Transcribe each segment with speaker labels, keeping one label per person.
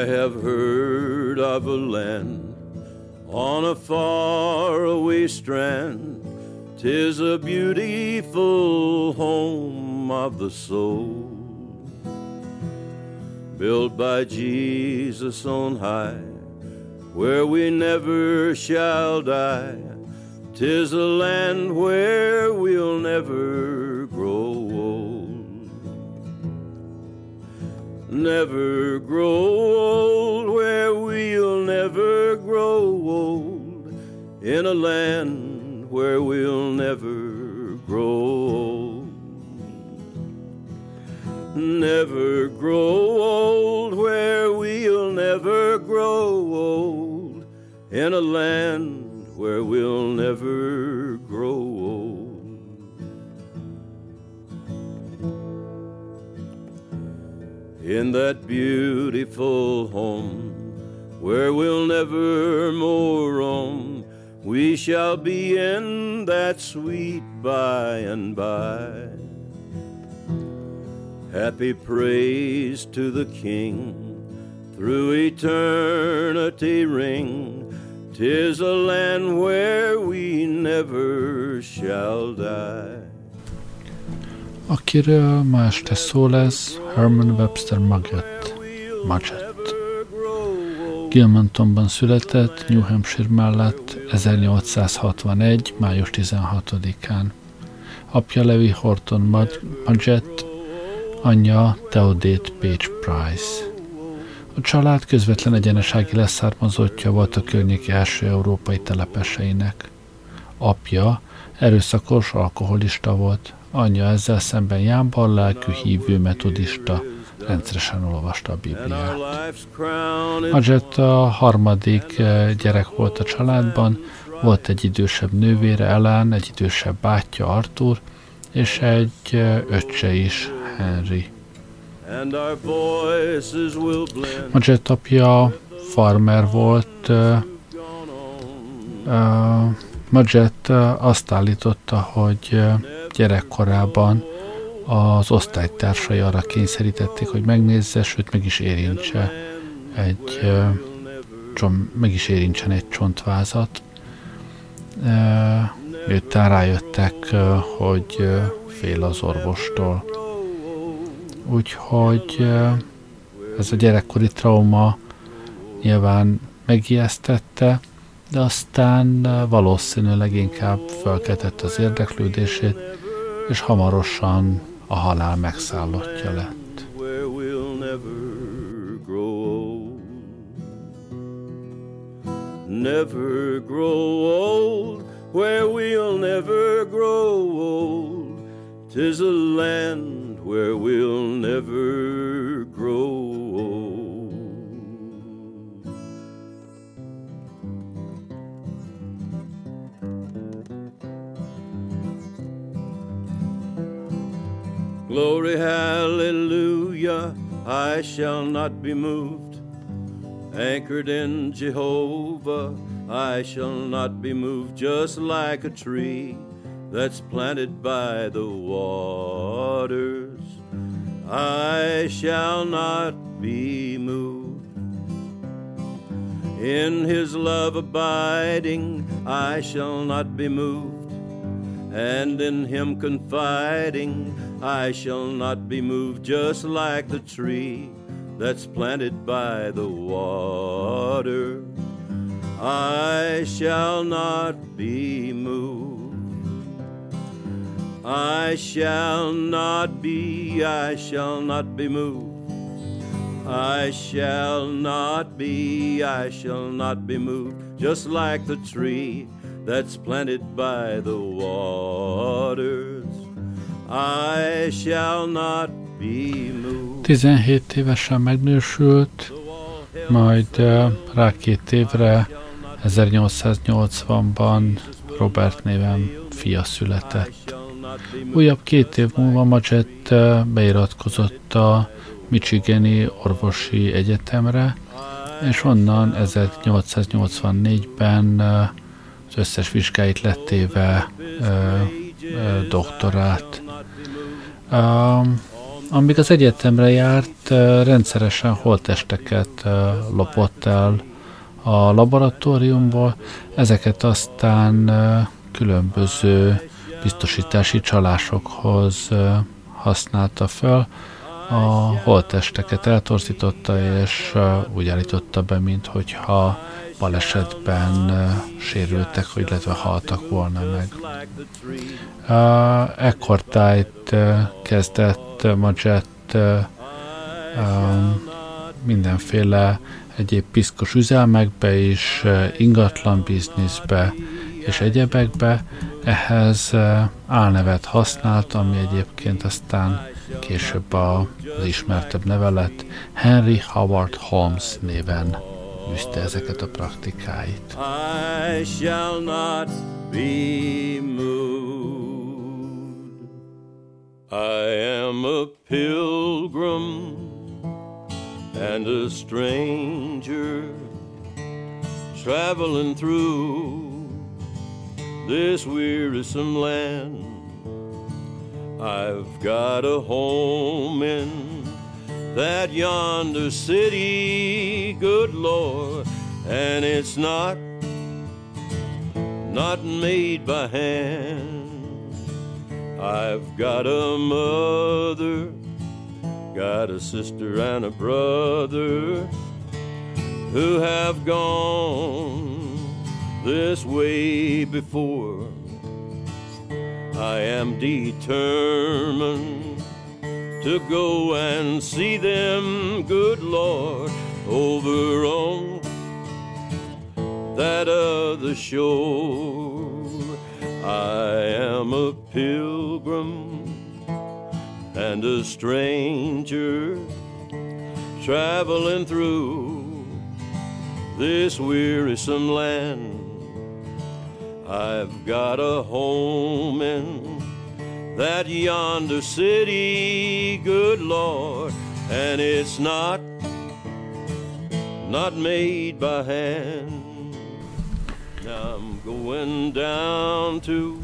Speaker 1: have heard of a land on a faraway strand. 'Tis a beautiful home of the soul, built by Jesus on high, where we never shall die. 'Tis a land where we'll never grow old, never grow old, where we'll never grow old, in a land where we'll never grow old, never grow old, where we'll never grow old, in a land where we'll never grow old. In that beautiful home where we'll never more roam, we shall be in that sweet by and by. Happy praise to the King through eternity ring. 'Tis a land where we never shall die.
Speaker 2: Akiről ma este szó lesz, Herman Webster Mudgett. Gilmantonban született, New Hampshire mellett 1861. május 16-án. Apja Levi Horton Mudgett, anyja Theodate Page Price. A család közvetlen egyenesági leszármazottja volt a környék első európai telepeseinek. Apja erőszakos alkoholista volt, anyja ezzel szemben jámban lelkű hívő metodista, rendszeresen olvasta a Bibliát. Mudgett a harmadik gyerek volt a családban, volt egy idősebb nővére, Ellen, egy idősebb bátyja, Arthur, és egy öccse is, Henry. Mudgett apja farmer volt. Mudgett azt állította, hogy gyerekkorában az osztálytársai arra kényszerítették, hogy megnézze, sőt meg is érintsen egy csontvázat. Miután rájöttek, hogy fél az orvostól. Úgyhogy ez a gyerekkori trauma nyilván megijesztette, de aztán valószínűleg inkább felkeltette az érdeklődését, és hamarosan a halál megszállottja lett.
Speaker 1: Never grow old, where we'll never grow old. 'Tis a land where we'll never grow old. Glory, hallelujah, I shall not be moved. Anchored in Jehovah, I shall not be moved, just like a tree that's planted by the waters. I shall not be moved. In his love abiding, I shall not be moved. And in him confiding, I shall not be moved, just like the tree that's planted by the water. I shall not be moved. I shall not be moved. I shall not be moved, just like the tree that's planted by the waters. I shall not be moved.
Speaker 2: 17 évesen megnősült, majd rá 2 évre 1880-ban Robert néven fia született. Újabb 2 év múlva Mudgett beiratkozott a Michigani Orvosi Egyetemre, és onnan 1884-ben az összes vizsgáit letéve doktorát. Amíg az egyetemre járt, rendszeresen holttesteket lopott el a laboratóriumból, ezeket aztán különböző biztosítási csalásokhoz használta fel. A holttesteket eltorzította, és úgy állította be, minthogyha balesetben sérültek, illetve haltak volna meg. Ekkortájt kezdett Madgett mindenféle egyéb piszkos üzelmekbe is, ingatlan bizniszbe és egyebekbe. Ehhez álnevet használt, ami egyébként aztán később az ismertebb neve lett. Henry Howard Holmes néven űzte ezeket a praktikáit.
Speaker 1: I shall not be moved. I am a pilgrim and a stranger traveling through this wearisome land. I've got a home in that yonder city, good Lord, and it's not made by hand. I've got a mother, got a sister and a brother who have gone this way before. I am determined to go and see them, good Lord, over on that other shore. I am a pilgrim and a stranger traveling through this wearisome land. I've got a home in that yonder city, good Lord, and it's not made by hand. Now I'm going down to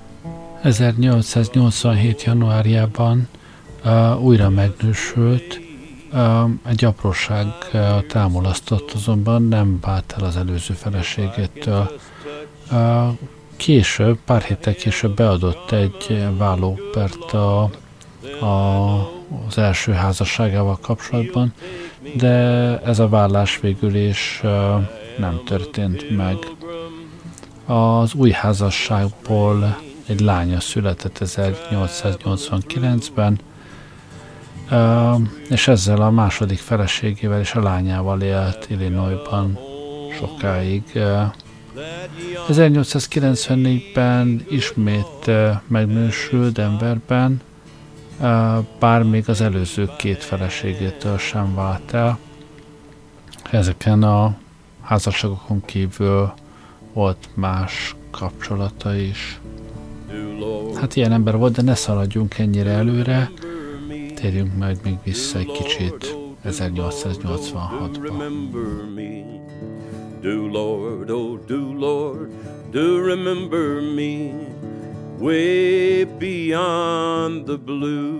Speaker 2: 1887. januárjában újra megnősült, egy apróság támulasztott, azonban nem vált el az előző feleségétől. Később, pár héttel később beadott egy vállópert az első házasságával kapcsolatban, de ez a vállás végül is nem történt meg. Az új házasságból egy lánya született 1889-ben, és ezzel a második feleségével és a lányával élt Illinoisban sokáig. 1894-ben ismét megnősült Denverben, bár még az előző két feleségétől sem vált el. Ezeken a házasságokon kívül volt más kapcsolata is. Hát ilyen ember volt, de ne szaladjunk ennyire előre, térjünk majd még vissza egy kicsit 1886-ba.
Speaker 1: Do Lord, oh do Lord, do remember me way beyond the blue.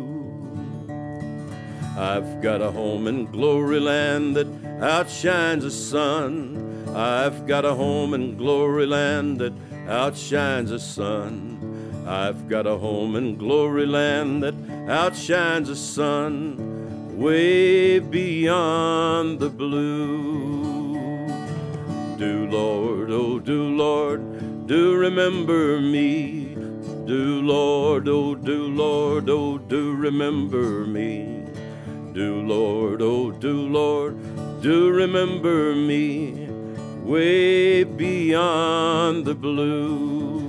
Speaker 1: I've got a home in glory land that outshines the sun. I've got a home in glory land that outshines the sun. I've got a home in glory land that outshines the sun way beyond the blue. Do Lord, oh do Lord, do remember me. Do Lord, oh do Lord, oh do remember me. Do Lord, oh do Lord, do remember me way beyond the blue.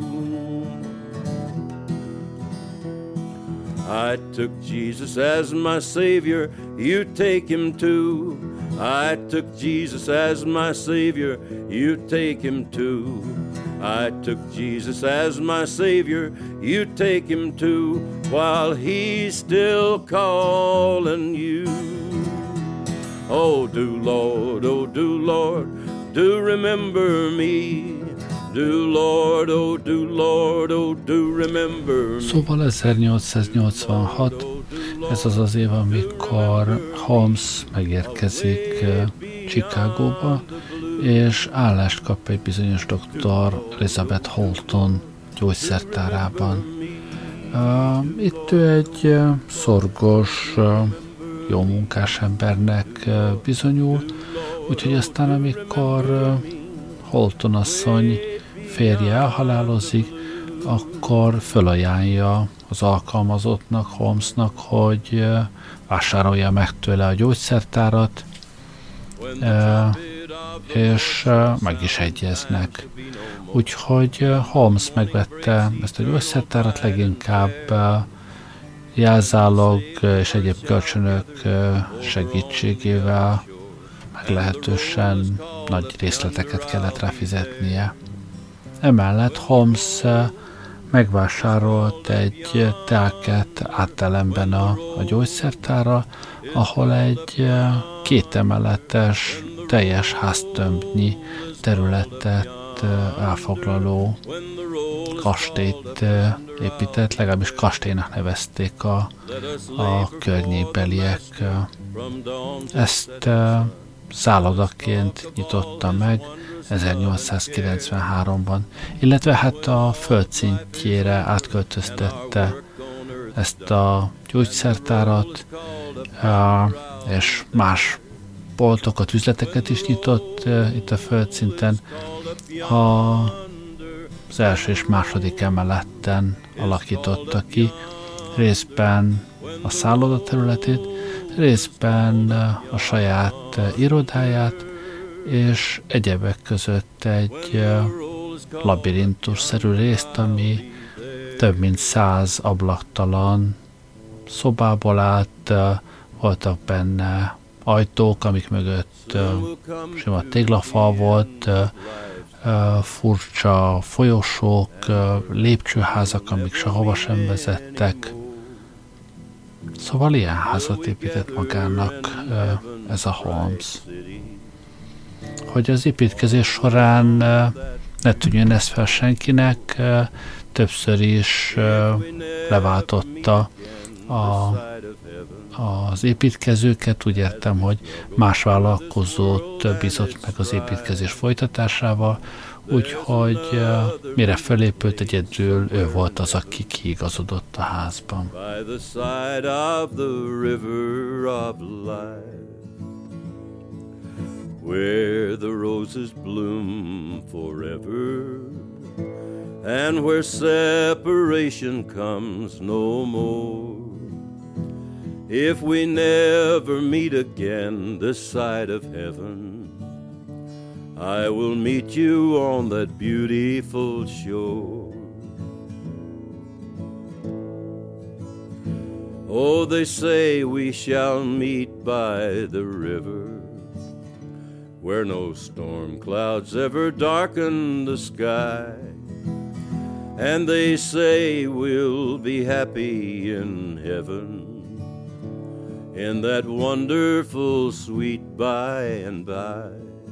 Speaker 1: I took Jesus as my Savior, you take him too. I took Jesus as my Savior, you take him too. I took Jesus as my Savior, you take him too, while he's still calling you. Oh, do Lord, oh, do Lord, do remember me. Do Lord, oh, do Lord, oh, do remember me.
Speaker 2: Szóval 1886, Ez az az év, amikor Holmes megérkezik Chicagóba, és állást kap egy bizonyos dr. Elizabeth Holton gyógyszertárában. Itt ő egy szorgos, jó munkás embernek bizonyul, úgyhogy aztán, amikor Holton asszony férje elhalálozik, akkor fölajánlja az alkalmazottnak, Holmesnak, hogy vásárolja meg tőle a gyógyszertárat, és meg is egyeznek. Úgyhogy Holmes megvette ezt a gyógyszertárat leginkább jelzálog és egyéb kölcsönök segítségével, meglehetősen nagy részleteket kellett rá fizetnie. Emellett Holmes megvásárolt egy telket áttelemben a gyógyszertárra, ahol egy 2 emeletes, teljes háztömbnyi területet elfoglaló kastélyt épített, legalábbis kastélynak nevezték a környékbeliek. Ezt szállodaként nyitotta meg 1893-ban, illetve hát a földszintjére átköltöztette ezt a gyógyszertárat, és más boltokat, üzleteket is nyitott itt a földszinten. Az első és második emeleten alakította ki részben a szálloda területét, részben a saját irodáját, és egyebek között egy labirintusszerű részt, ami több mint 100 ablaktalan szobából állt, voltak benne ajtók, amik mögött sima téglafal volt, furcsa folyosók, lépcsőházak, amik sehova sem vezettek. Szóval ilyen házat épített magának ez a Holmes. Hogy az építkezés során ne tűnjön ez fel senkinek, többször is leváltotta az építkezőket, úgy értem, hogy más vállalkozót bízott meg az építkezés folytatásával, úgyhogy mire fölépült, egyedül ő volt az, aki kiigazodott a házban. Where the roses bloom forever, and where separation comes no more. If we never meet again this side of heaven, I will meet you on that beautiful shore. Oh, they say we shall meet by the river, where no storm clouds ever darken the sky. And they say we'll be happy in heaven, in that wonderful sweet by and by.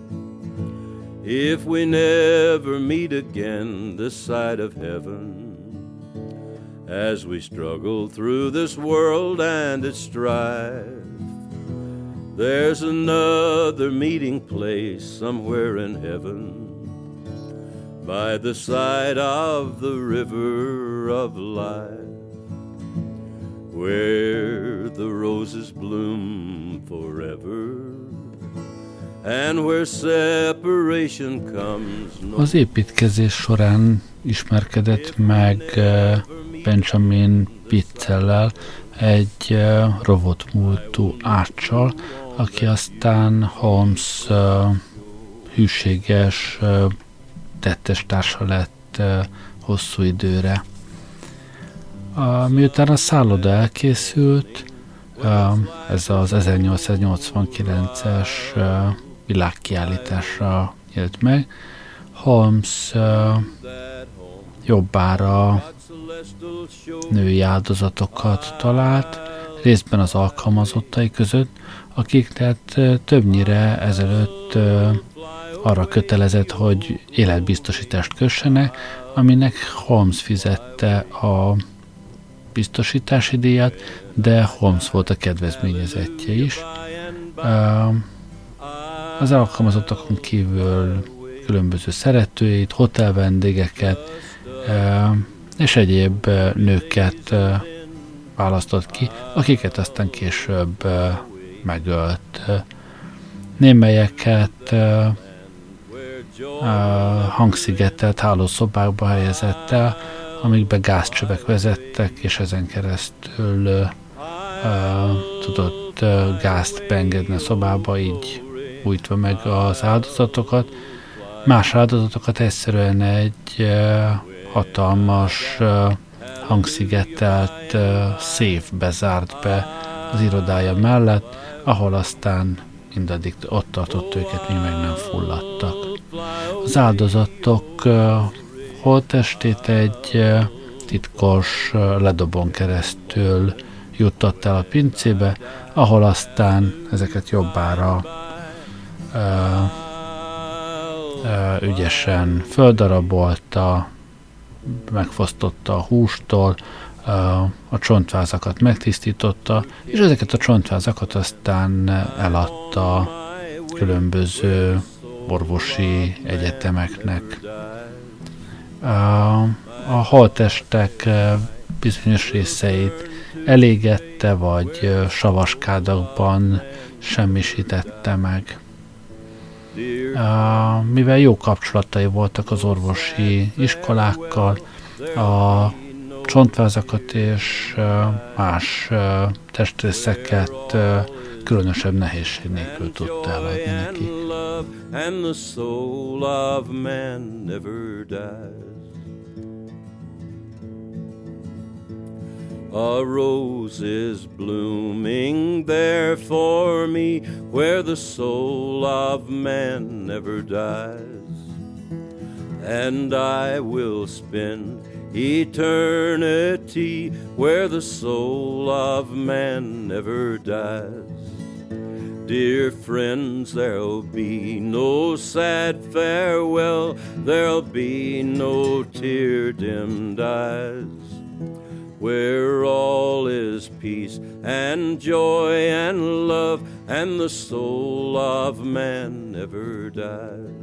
Speaker 2: If we never meet again this side of heaven, as we struggle through this world and its strife, there's another meeting place somewhere in heaven, by the side of the river of life, where the roses bloom forever, and where separation comes no. Az építkezés során ismerkedett meg Benjamin Pizzellel, egy rovott múltú áccsal, aki aztán Holmes hűséges tettestársa lett hosszú időre. Miután a szálloda elkészült, ez az 1889-es világkiállításra nyílt meg, Holmes jobbára női áldozatokat talált, részben az alkalmazottai között, akiknek többnyire ezelőtt arra kötelezett, hogy életbiztosítást kössenek, aminek Holmes fizette a biztosítási díjat, de Holmes volt a kedvezményezettje is. Az alkalmazottakon kívül különböző szeretőit, hotelvendégeket és egyéb nőket választott ki, akiket aztán később megölt. Némelyeket hangszigetelt hálószobákba helyezett el, amikbe gázcsövek vezettek, és ezen keresztül tudott gázt beengedni a szobába, így újtva meg az áldozatokat. Más áldozatokat egyszerűen egy hatalmas hangszigetelt széfbe zárt be az irodája mellett, ahol aztán mindaddig ott tartott őket, míg meg nem fulladtak. Az áldozatok holttestét egy titkos ledobon keresztül juttat el a pincébe, ahol aztán ezeket jobbára ügyesen földarabolta, megfosztotta a hústól, a csontvázakat megtisztította, és ezeket a csontvázakat aztán eladta különböző orvosi egyetemeknek. A holttestek bizonyos részeit elégette, vagy savaskádakban semmisítette meg. Mivel jó kapcsolatai voltak az orvosi iskolákkal, a csontvázakat és más testrészeket különösebb nehézség nélkül tudta eladni neki.
Speaker 1: And the soul of man never dies. A rose is blooming there for me, where the soul of man never dies. And I will spend eternity where the soul of man never dies. Dear friends, there'll be no sad farewell, there'll be no tear-dimmed eyes, where all is peace and joy and love, and the soul of man never dies.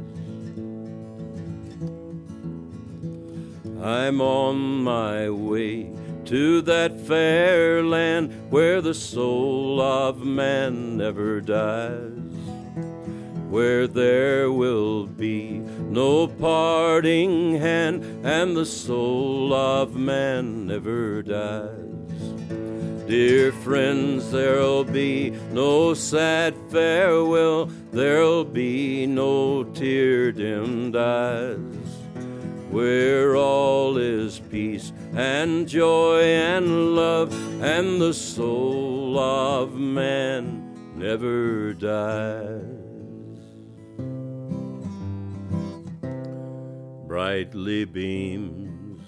Speaker 1: I'm on my way to that fair land where the soul of man never dies, where there will be no parting hand, and the soul of man never dies. Dear friends, there'll be no sad farewell, there'll be no tear-dimmed eyes, where all is peace and joy and love, and the soul of man never dies. Brightly beams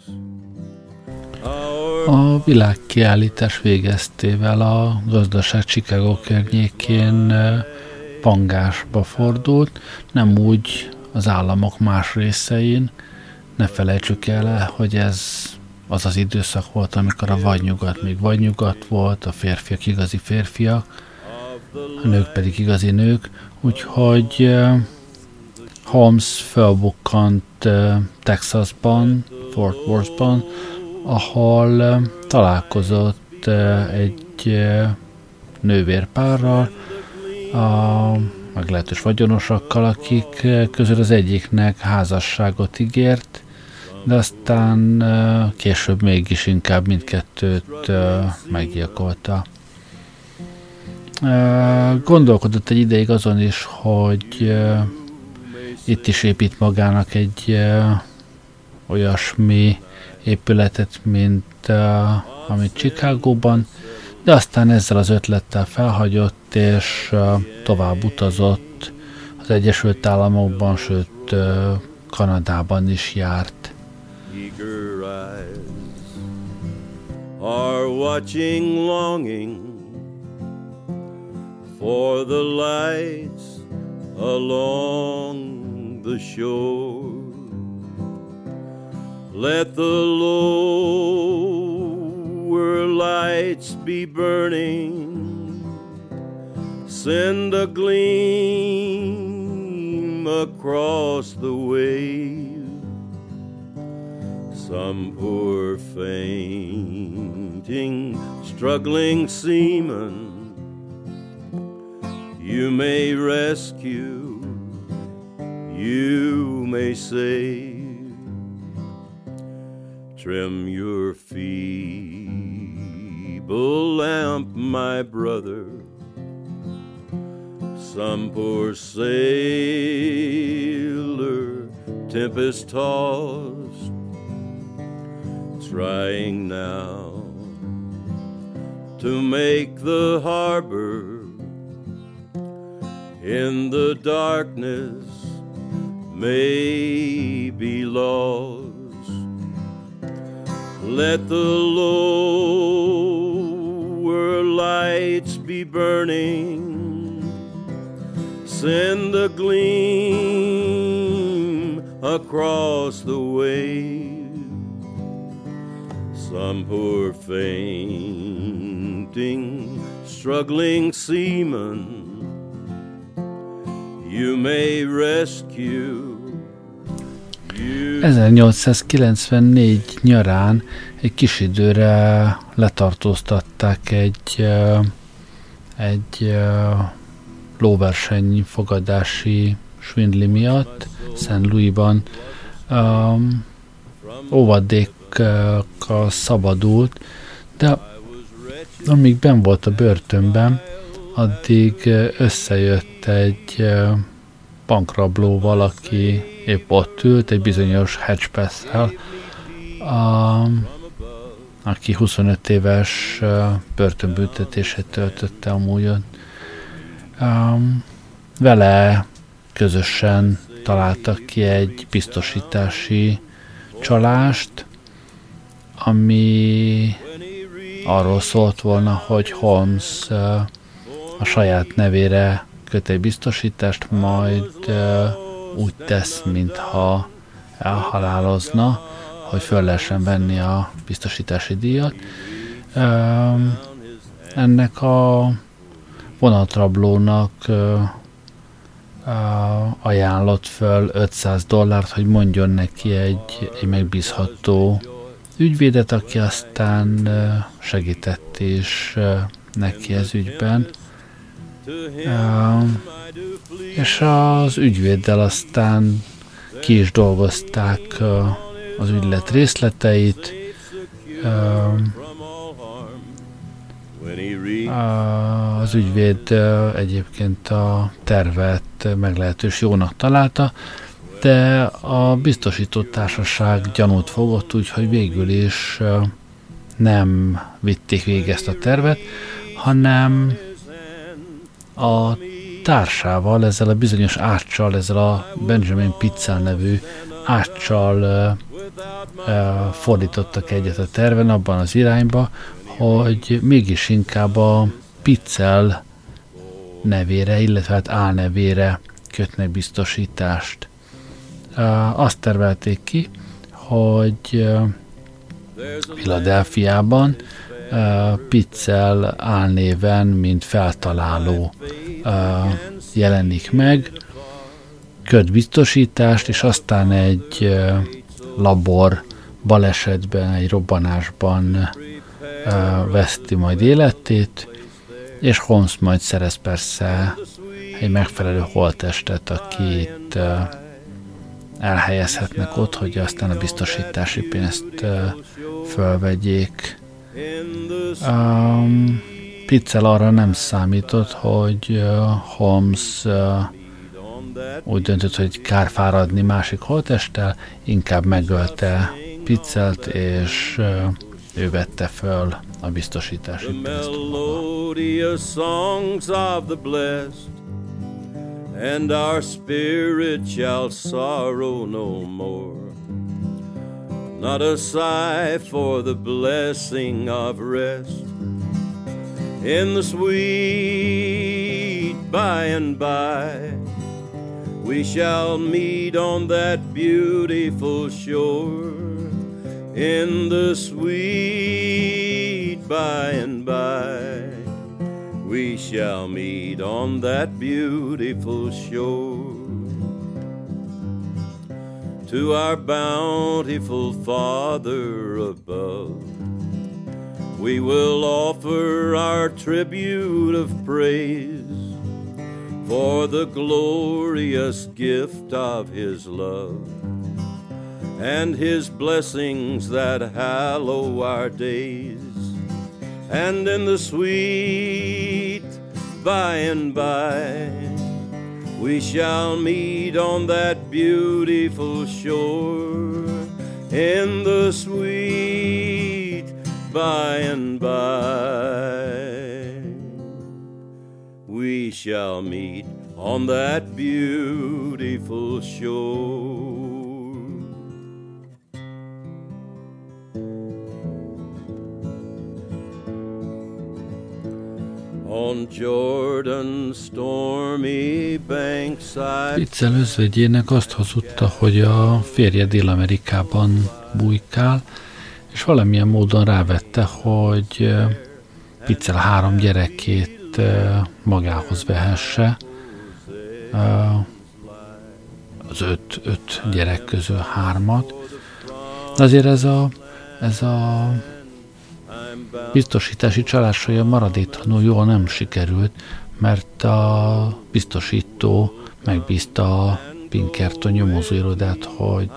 Speaker 2: A világkiállítás végeztével a gazdaság Chicago környékén pangásba fordult, nem úgy az államok más részein. Ne felejtsük el, hogy ez az az időszak volt, amikor a vadnyugat még vadnyugat volt, a férfiak igazi férfiak, a nők pedig igazi nők, úgyhogy Holmes felbukkant Texasban, Fort Worthban, ahol találkozott egy nővérpárral, meglehetős vagyonosakkal, akik közül az egyiknek házasságot ígért, de aztán később mégis inkább mindkettőt meggyilkolta. Gondolkodott egy ideig azon is, hogy itt is épít magának egy olyasmi épületet, mint amit Chicagóban, de aztán ezzel az ötlettel felhagyott, és tovább utazott az Egyesült Államokban, sőt Kanadában is járt.
Speaker 1: Eager eyes are watching, longing for the lights along the shore. Let the lower lights be burning, send a gleam across the wave. Some poor fainting, struggling seaman you may rescue, you may save. Trim your feeble lamp, my brother. Some poor sailor, tempest tossed, trying now to make the harbor. In the darkness may be lost. Let the lower lights be burning, send a gleam across the wave. Some poor fainting, struggling seaman you may rescue.
Speaker 2: 1894 nyarán egy kis időre letartóztatták egy lóverseny fogadási svindli miatt St. Louisban. Óvadékkal szabadult, de amíg benn volt a börtönben, addig összejött egy bankrablóval, aki épp ott ült, egy bizonyos Hedgepeth-szel, aki 25 éves börtönbüntetését töltötte amúgy. Vele közösen találtak ki egy biztosítási csalást, ami arról szólt volna, hogy Holmes a saját nevére köt egy biztosítást, majd úgy tesz, mintha elhalálozna, hogy föl lehessen venni a biztosítási díjat. Ennek a vonatrablónak ajánlott föl $500, hogy mondjon neki egy megbízható ügyvédet, aki aztán segített is neki ez ügyben. És az ügyvéddel aztán ki is dolgozták az ügylet részleteit. Az ügyvéd egyébként a tervet meglehetős jónak találta, de a biztosító társaság gyanút fogott, úgyhogy végül is nem vitték végig ezt a tervet, hanem a társával, ezzel a bizonyos áccsal, ezzel a Benjamin Pitzel nevű áccsal fordítottak egyet a terven abban az irányba, hogy mégis inkább a Pitzel nevére, illetve hát álnevére kötnek biztosítást. Azt tervelték ki, hogy Philadelphiában Pitzel álnéven, mint feltaláló jelenik meg, köt biztosítást, és aztán egy labor balesetben, egy robbanásban veszti majd életét, és Holmes majd szerez persze egy megfelelő holttestet, akit elhelyezhetnek ott, hogy aztán a biztosítási pénzt fölvegyék. Pitzel arra nem számított, hogy Holmes úgy döntött, hogy kár fáradni másik holttesttel, inkább megölte Pitzelt, és ő vette föl a biztosítási pénzt. And our spirit shall sorrow no more. Not a sigh for the blessing of rest in the sweet by and by. We shall meet on that beautiful shore in the sweet
Speaker 1: by and by we shall meet on that beautiful shore. To our bountiful Father above we will offer our tribute of praise for the glorious gift of His love and His blessings that hallow our days. And in the sweet by and by we shall meet on that beautiful shore. In the sweet by and by we shall meet on that beautiful shore. On Jordan's stormy banks I...
Speaker 2: Pitzel özvegyének azt hazudta, hogy a férje Dél-Amerikában bujkál, és valamilyen módon rávette, hogy Pitzel 3 gyerekét magához vehesse. Az 5 gyerek közül 3-at. De azért ez a biztosítási csalás olyan maradéktalanul jól nem sikerült, mert a biztosító megbízta Pinkerton nyomozóirodát, hogy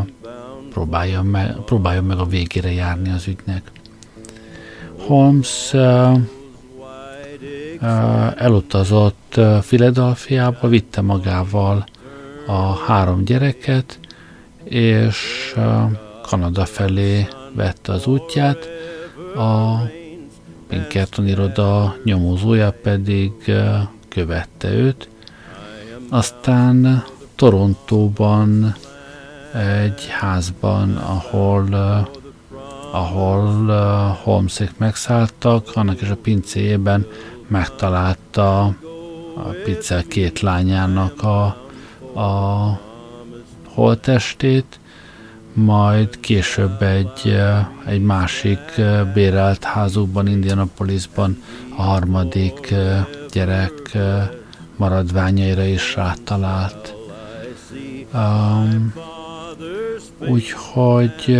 Speaker 2: próbálja meg a végére járni az ügynek. Holmes elutazott Philadelphiába, vitte magával a 3 gyereket, és Kanada felé vette az útját, a Pinkerton iroda nyomozója pedig követte őt. Aztán Torontóban egy házban, ahol Holmesék megszálltak, annak is a pincéjében megtalálta a Pitzel 2 lányának a holttestét, majd később egy másik bérelt házukban, Indianapolisban a 3. gyerek maradványaira is rátalált. Úgyhogy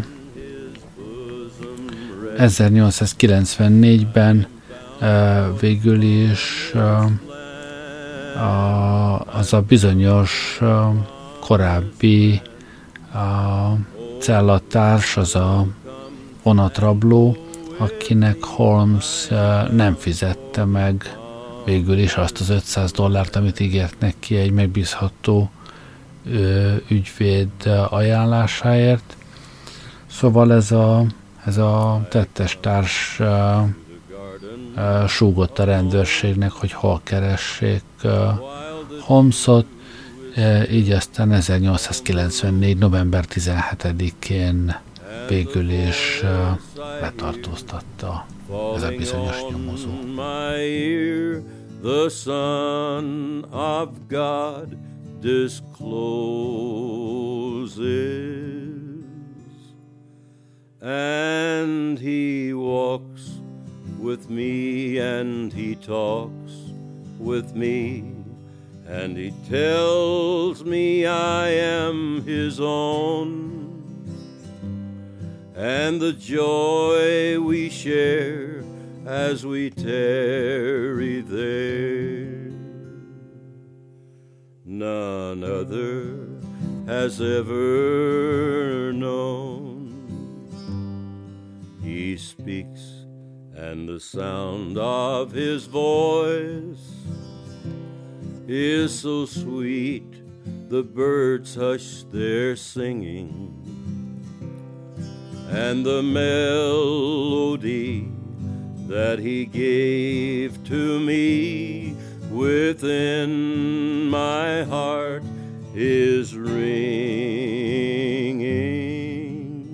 Speaker 2: 1894-ben végül is az a bizonyos korábbi cellatárs, az a vonatrabló, akinek Holmes nem fizette meg végül is azt az $500, amit ígért neki egy megbízható ügyvéd ajánlásáért. Szóval ez a tettestárs súgott a rendőrségnek, hogy hol keressék Holmesot, így aztán 1894. november 17-én végül is letartóztatta ez a bizonyos nyomozó. The Son of God discloses, and He walks with me, and He talks with me, and He tells me I am His own, and the joy we share as we tarry there, none other has ever known. He speaks, and the sound of His voice is so sweet, the birds hush their singing, and the melody that He gave to me within my heart is ringing,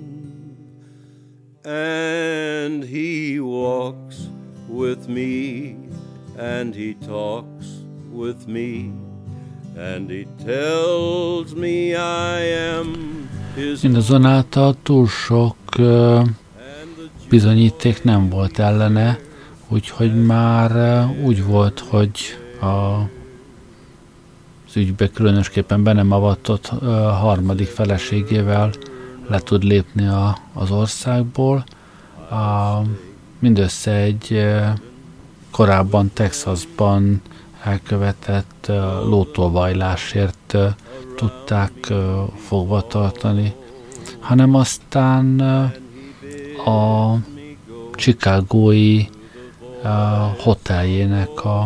Speaker 2: and He walks with me, and He talks with me, and He tells me I am His. Mindazonáltal túl sok bizonyíték nem volt ellene, úgyhogy már úgy volt, hogy az ügybe különösképpen be nem avatott harmadik feleségével le tud lépni az országból. Mindössze egy korábban Texasban elkövetett lótolvajlásért tudták fogva tartani, hanem aztán a chicagói hoteljének a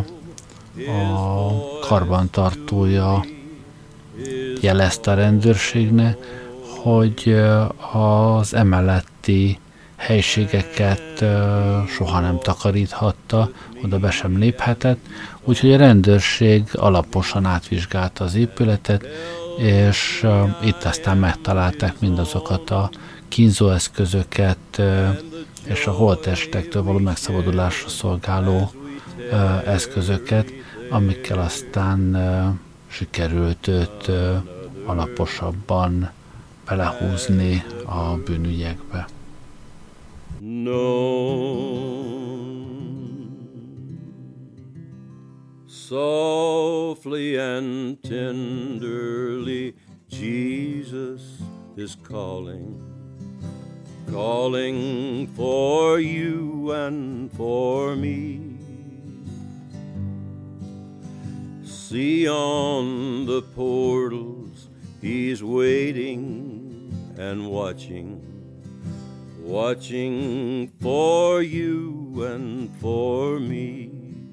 Speaker 2: karbantartója jelezte a rendőrségnek, hogy az emelletti helységeket soha nem takaríthatta, oda be sem léphetett, úgyhogy a rendőrség alaposan átvizsgálta az épületet, és itt aztán megtalálták mindazokat a kínzóeszközöket és a holttestektől való megszabadulásra szolgáló eszközöket, amikkel aztán sikerült őt alaposabban belehúzni a bűnügyekbe.
Speaker 1: Softly and tenderly Jesus is calling, calling for you and for me. See on the portals he's waiting and watching, watching for you and for me.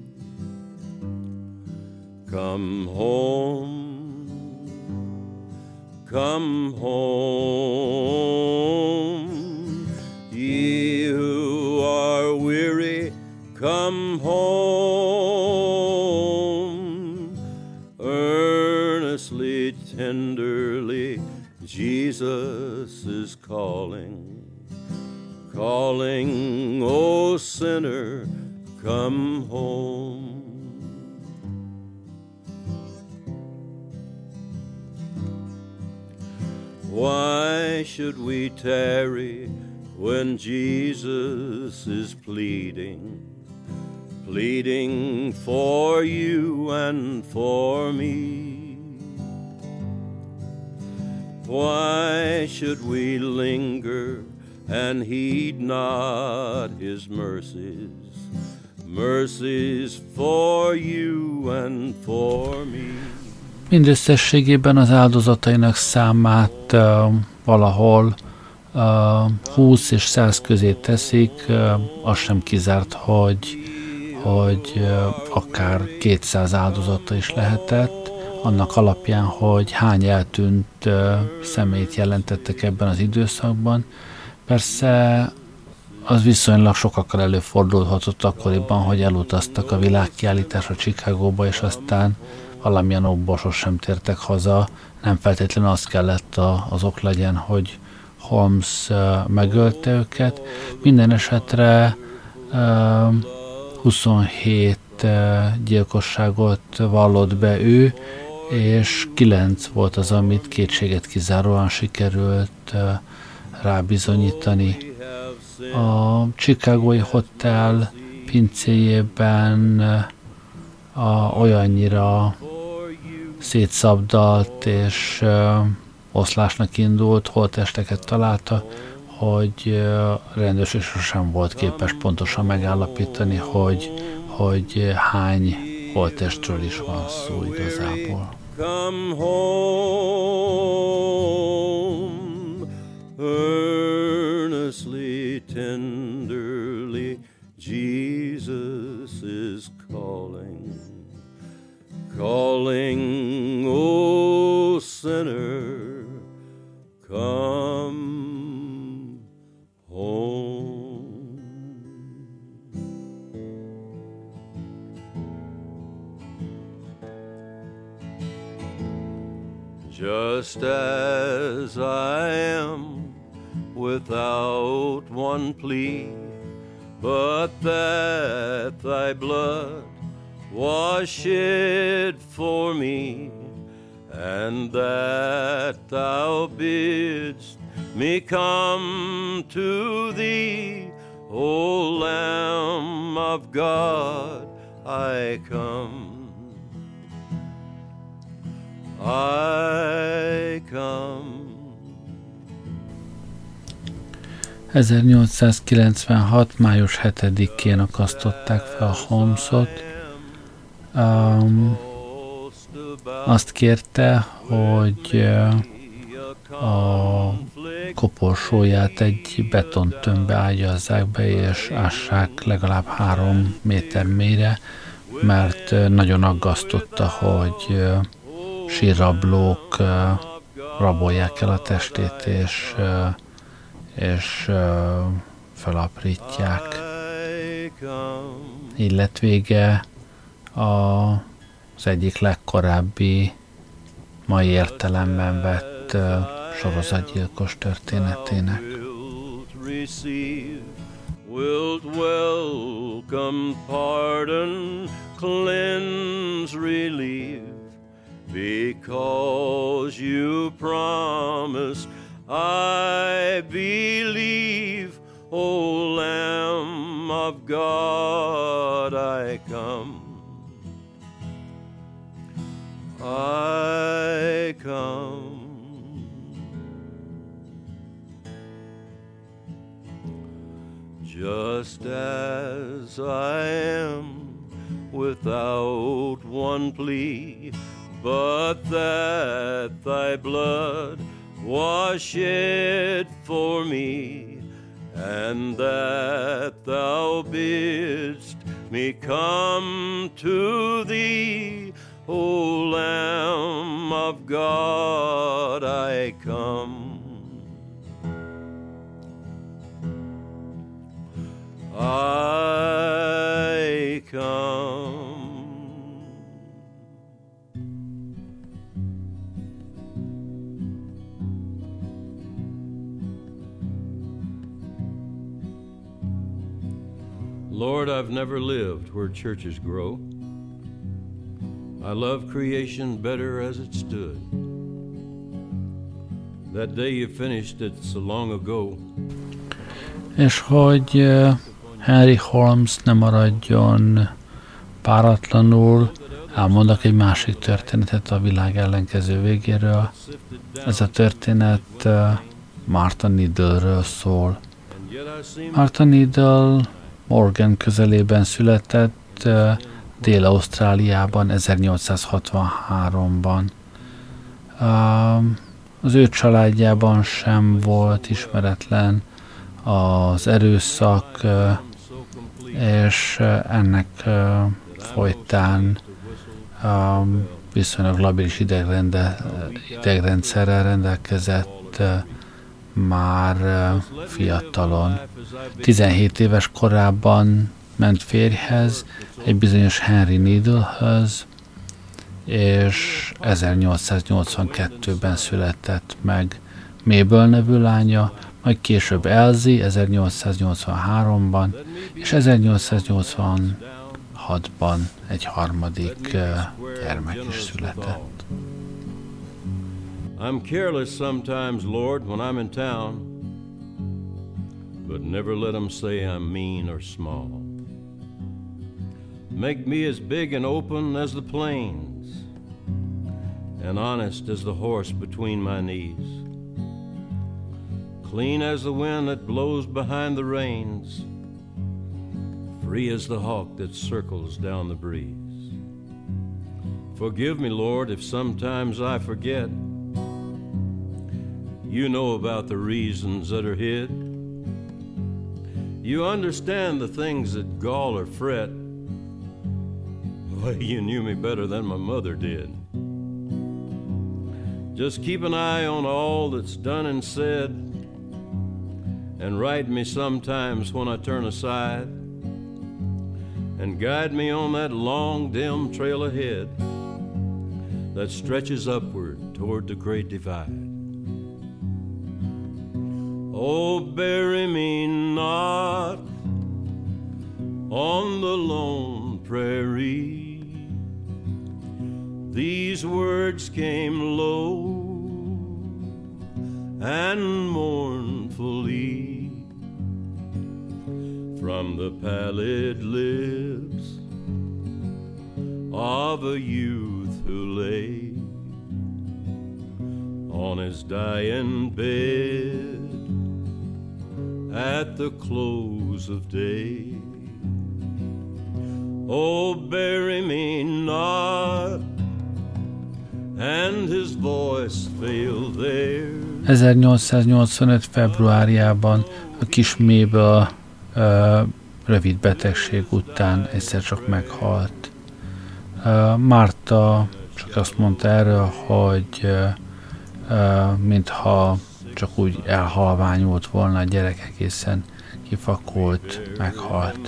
Speaker 1: Come home, come home, ye who are weary, come home. Earnestly, tenderly, Jesus is calling, calling, O sinner, come home. Why should we tarry when Jesus is pleading, pleading for you and for me? Why should we linger and heed not his mercies, mercies for you and for me?
Speaker 2: Mindösszességében az áldozatainak számát valahol 20 és 100 közé teszik, az sem kizárt, hogy akár 200 áldozata is lehetett, annak alapján, hogy hány eltűnt személyt jelentettek ebben az időszakban. Persze az viszonylag sokakkal előfordulhatott akkoriban, hogy elutaztak a világkiállításra Chicagóba, és aztán valamilyen okból sosem tértek haza. Nem feltétlenül az kellett az ok legyen, hogy Holmes megölte őket. Minden esetre 27 gyilkosságot vallott be ő, és 9 volt az, amit kétséget kizáróan sikerült rábizonyítani. A chicagói hotel pincéjében olyannyira szétszabdalt és oszlásnak indult holttesteket találta, hogy rendőrség sosem volt képes pontosan megállapítani, hogy hány holttestről is van szó igazából.
Speaker 1: Come home, earnestly, tenderly, Jesus is calling, calling, O sinner, come home. Just as I am, without one plea, but that thy blood was shed for me, and that thou bidst me come to thee, O Lamb of God, I come. I come.
Speaker 2: 1896. május 7-én akasztották fel Holmesot. Azt kérte, hogy a koporsóját egy betontömbbe ágyazzák be, és ássák legalább 3 méter mélyre, mert nagyon aggasztotta, hogy sírrablók rabolják el a testét, és felaprítják. Így lett vége az egyik legkorábbi, mai értelemben vett sorozatgyilkos történetének.
Speaker 1: Wilt welcome pardon, cleanse, relieve, because you promised, I believe. O Lamb of God, I come. I come. Just as I am, without one plea, but that thy blood was shed for me, and that thou bidst me come to thee. O Lamb of God, I come. I come. Lord, I've never lived where churches grow. I love creation better as it stood. That day you finished it so long ago.
Speaker 2: És hogy Henry Holmes ne maradjon páratlanul, elmondok egy másik történetet a világ ellenkező végéről. Ez a történet Martha Needle-ről szól. Martha Needle Morgan közelében született, Dél-Ausztráliában 1863-ban. Az ő családjában sem volt ismeretlen az erőszak, és ennek folytán viszonylag labilis idegrendszerrel rendelkezett már fiatalon. 17 éves korában ment férjhez, egy bizonyos Henry Needlehöz, és 1882-ben született meg Mabel nevű lánya, majd később Elsie 1883-ban, és 1886-ban egy harmadik gyermek is született.
Speaker 1: I'm careless sometimes, Lord, when I'm in town, but never let them say I'm mean or small. Make me as big and open as the plains, and honest as the horse between my knees, clean as the wind that blows behind the reins, free as the hawk that circles down the breeze. Forgive me, Lord, if sometimes I forget. You know about the reasons that are hid. You understand the things that gall or fret. Well, you knew me better than my mother did. Just keep an eye on all that's done and said, and right me sometimes when I turn aside, and guide me on that long, dim trail ahead that stretches upward toward the great divide. Oh, bury me not on the lone prairie. These words came low and mournfully from the pallid lips of a youth who lay on his dying bed at the close of day. Oh, bury me not, and his voice failed there.
Speaker 2: 1885. februárjában a kis Mabel rövid betegség után egyszer csak meghalt. Martha csak azt mondta erről, hogy mintha csak úgy elhalványult volna a gyerek, egészen kifakult, meghalt.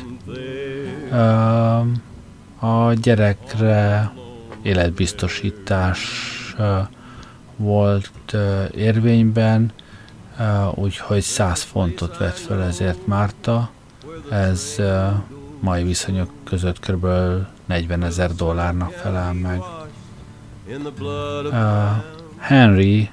Speaker 2: A gyerekre életbiztosítás volt érvényben, úgyhogy 100 fontot vett fel ezért Martha. Ez mai viszonyok között kb. $40,000 felel meg. Henry,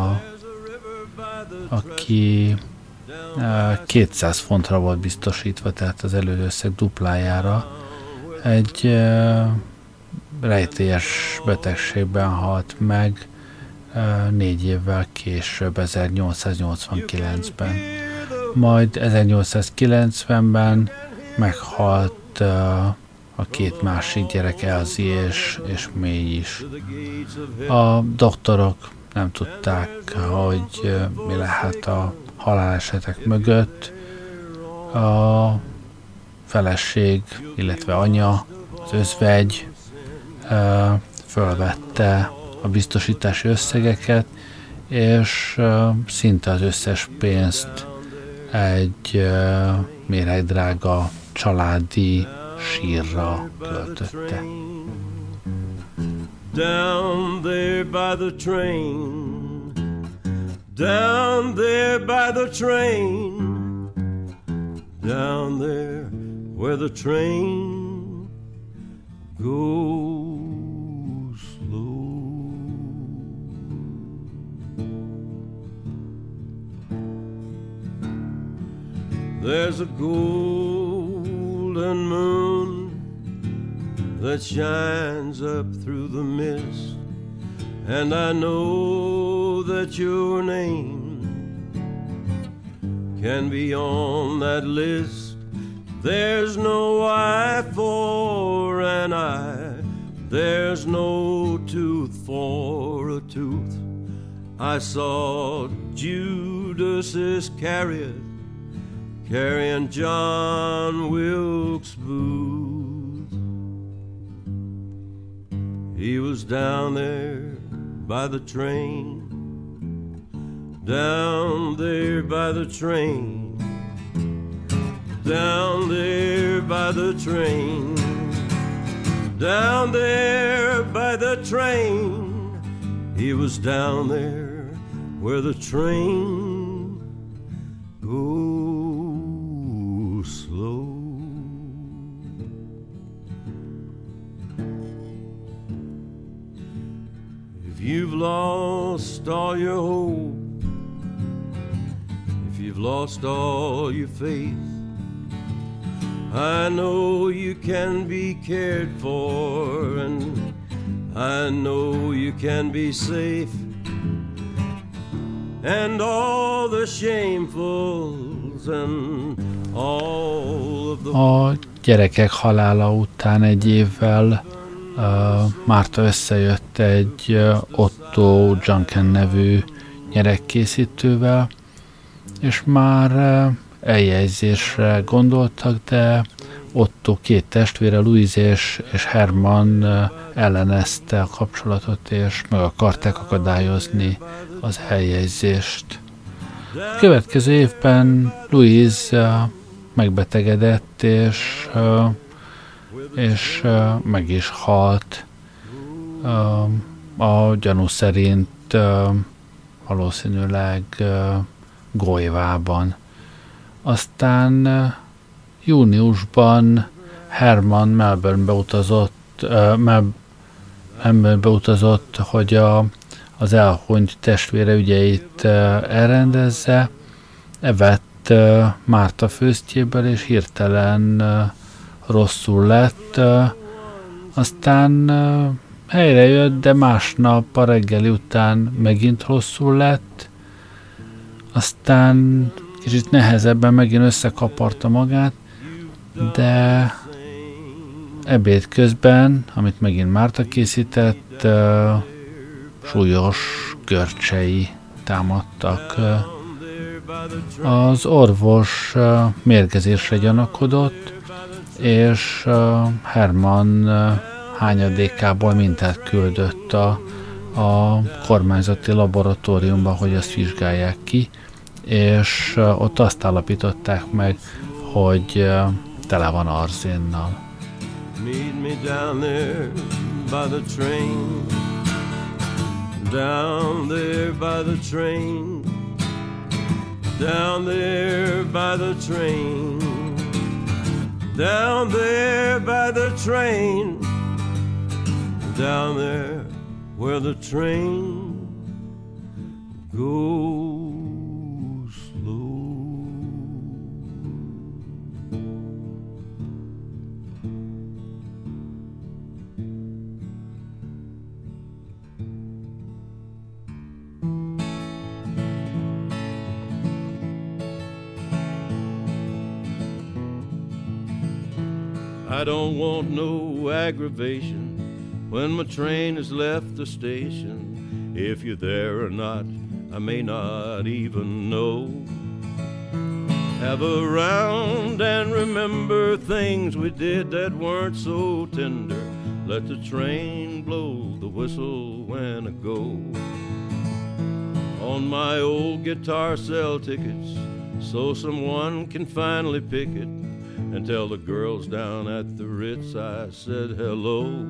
Speaker 2: aki 200 fontra volt biztosítva, tehát az előzőszeg duplájára, egy rejtélyes betegségben halt meg 4 évvel később, 1889-ben. Majd 1890-ben meghalt a 2 másik gyerek, Elsie és May is. A doktorok nem tudták, hogy mi lehet a halálesetek mögött. A feleség, illetve anya, az özvegy fölvette a biztosítási összegeket, és szinte az összes pénzt egy méregdrága családi sírra költötte.
Speaker 1: Down there by the train, down there by the train, down there where the train goes slow. There's a golden moon that shines up through the mist, and I know that your name can be on that list. There's no eye for an eye, there's no tooth for a tooth. I saw Judas Iscariot carrying John Wilkes Booth. He was down there by the train, down there by the train, down there by the train, down there by the train. He was down there where the train goes slow. If you've lost all your hope, if you've lost all your faith, I know you can be cared for, and I know you can be safe, and all the shamefuls and all of the...
Speaker 2: A gyerekek halála után egy évvel Martha összejött egy Otto Junken nevű gyerekkészítővel, és már eljegyzésre gondoltak, de Otto 2 testvére, Louise és Herman ellenezte a kapcsolatot, és meg akarták akadályozni az eljegyzést. A következő évben Louise megbetegedett, és meg is halt. A gyanú szerint valószínűleg Golyvában. Aztán júniusban Herman Melbournebe utazott, hogy az elhunyt testvére ügyeit elrendezze. Evett Márta főztjéből, és hirtelen rosszul lett. Aztán helyre jött, de másnap a reggeli után megint rosszul lett. Aztán kicsit nehezebben megint összekaparta magát, de ebéd közben, amit megint Márta készített, súlyos görcsei támadtak. Az orvos mérgezésre gyanakodott, és Herman hányadékából mintát küldött a kormányzati laboratóriumba, hogy azt vizsgálják ki, és ott azt állapították meg, hogy tele van arzénnal.
Speaker 1: Meet me down there by the train, down there by the train, down there by the train, down there by the train, down there where the train goes slow. I don't want no aggravation when my train has left the station. If you're there or not, I may not even know. Have a round and remember things we did that weren't so tender. Let the train blow the whistle when I go. On my old guitar, sell tickets so someone can finally pick it and tell the girls down at the Ritz I said hello.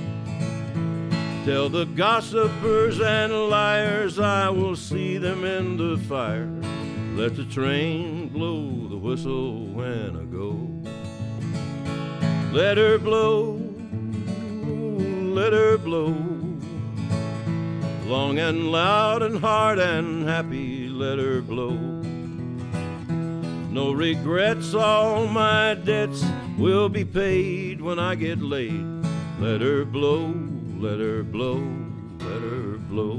Speaker 1: Tell the gossipers and liars I will see them in the fire. Let the train blow the whistle when I go. Let her blow, let her blow. Long and loud and hard and happy, let her blow. No regrets, all my debts will be paid when I get laid. Let her blow, let her blow, let her blow.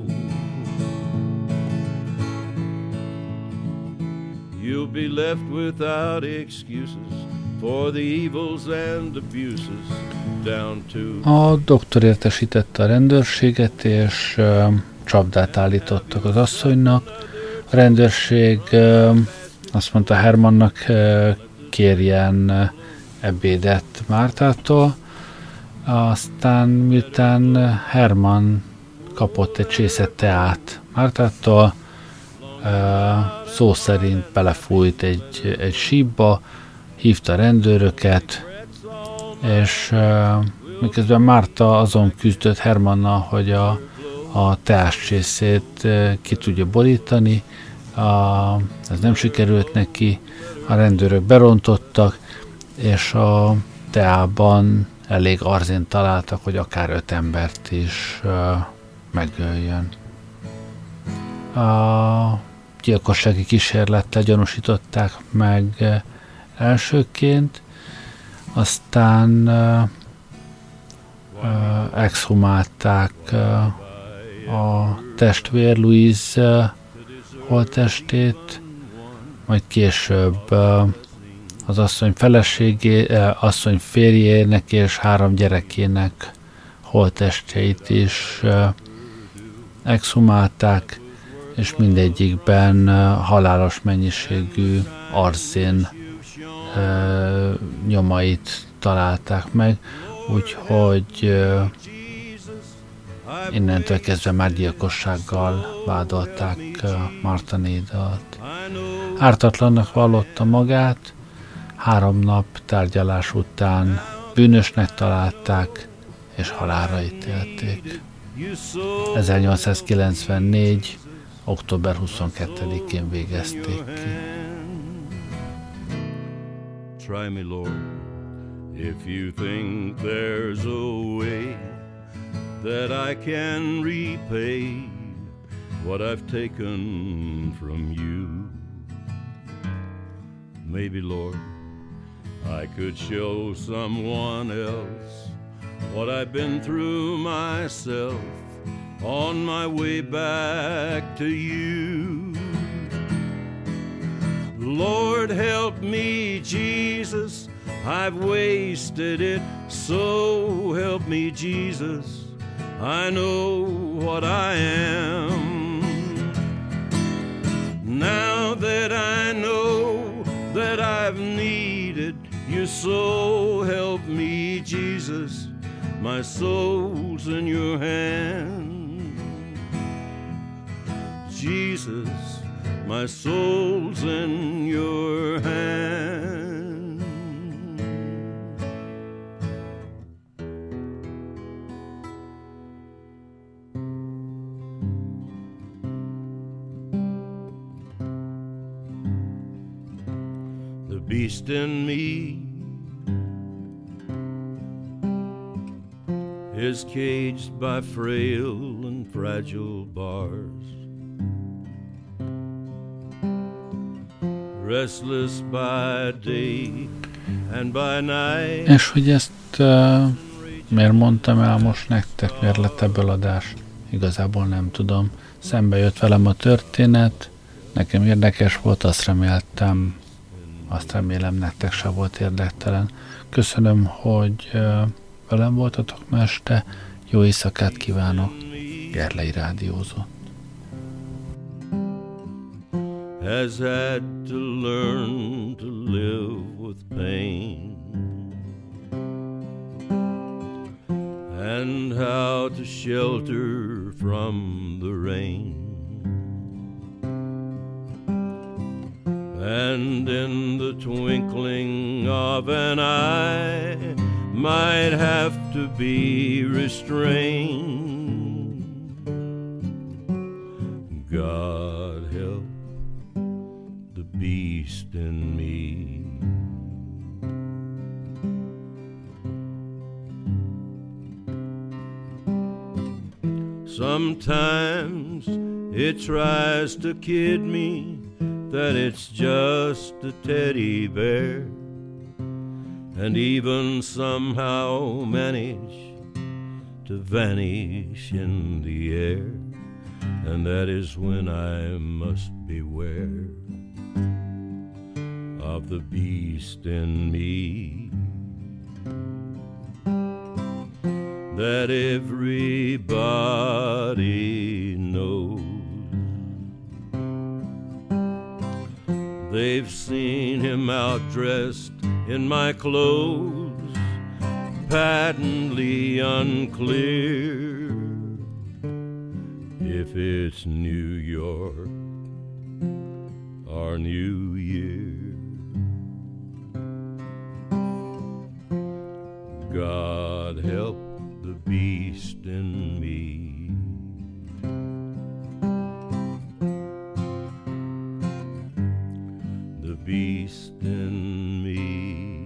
Speaker 1: You'll be left without excuses for the evils and abuses down to...
Speaker 2: A doktor értesítette a rendőrséget, és csapdát állítottak az asszonynak. A rendőrség azt mondta Hermannak, kérjen ebédet Mártától. Aztán miután Herman kapott egy csésze teát Mártától, szó szerint belefújt egy sípba, hívta a rendőröket, és miközben Márta azon küzdött Hermannal, hogy a teáscsészét ki tudja borítani, ez nem sikerült neki, a rendőrök berontottak, és a teában elég arzént találtak, hogy akár 5 embert is megöljön. A gyilkossági kísérlettel gyanúsították meg elsőként, aztán exhumálták a testvér Louise holttestét, majd később az asszony asszony férjének és 3 gyerekének holttesteit is exhumálták, és mindegyikben halálos mennyiségű arzén nyomait találták meg, úgyhogy innentől kezdve már gyilkossággal vádolták Martha Needle-t. Ártatlannak vallotta magát, 3 nap tárgyalás után bűnösnek találták, és halálra ítélték. 1894. október 22-én végezték ki.
Speaker 1: Try me, Lord, if you think there's a way that I can repay what I've taken from you. maybe, Lord, I could show someone else what I've been through myself on my way back to you. Lord, help me, Jesus, I've wasted it, so help me, Jesus, I know what I am. Now that I know that I've needed you, so help me, Jesus, my soul's in your hand. Jesus, my soul's in your hand. The beast in me is caged by frail and fragile bars, restless by day and by night.
Speaker 2: És hogy ezt miért mondtam el most nektek, miért lett ebből adás? Igazából nem tudom. Szembe jött velem a történet, nekem érdekes volt, azt remélem nektek se volt érdektelen. Köszönöm, hogy velem voltatok ma este, jó éjszakát kívánok, Gerlei rádiózott.
Speaker 1: Has had to learn to live with pain and how to shelter from the rain, and in the twinkling of an eye might have to be restrained. God help the beast in me. Sometimes it tries to kid me that it's just a teddy bear, and even somehow manage to vanish in the air, and that is when I must beware of the beast in me that everybody knows. They've seen him outdressed in my clothes, patently unclear if it's New York or New Year. God help the beast in me. The beast in me.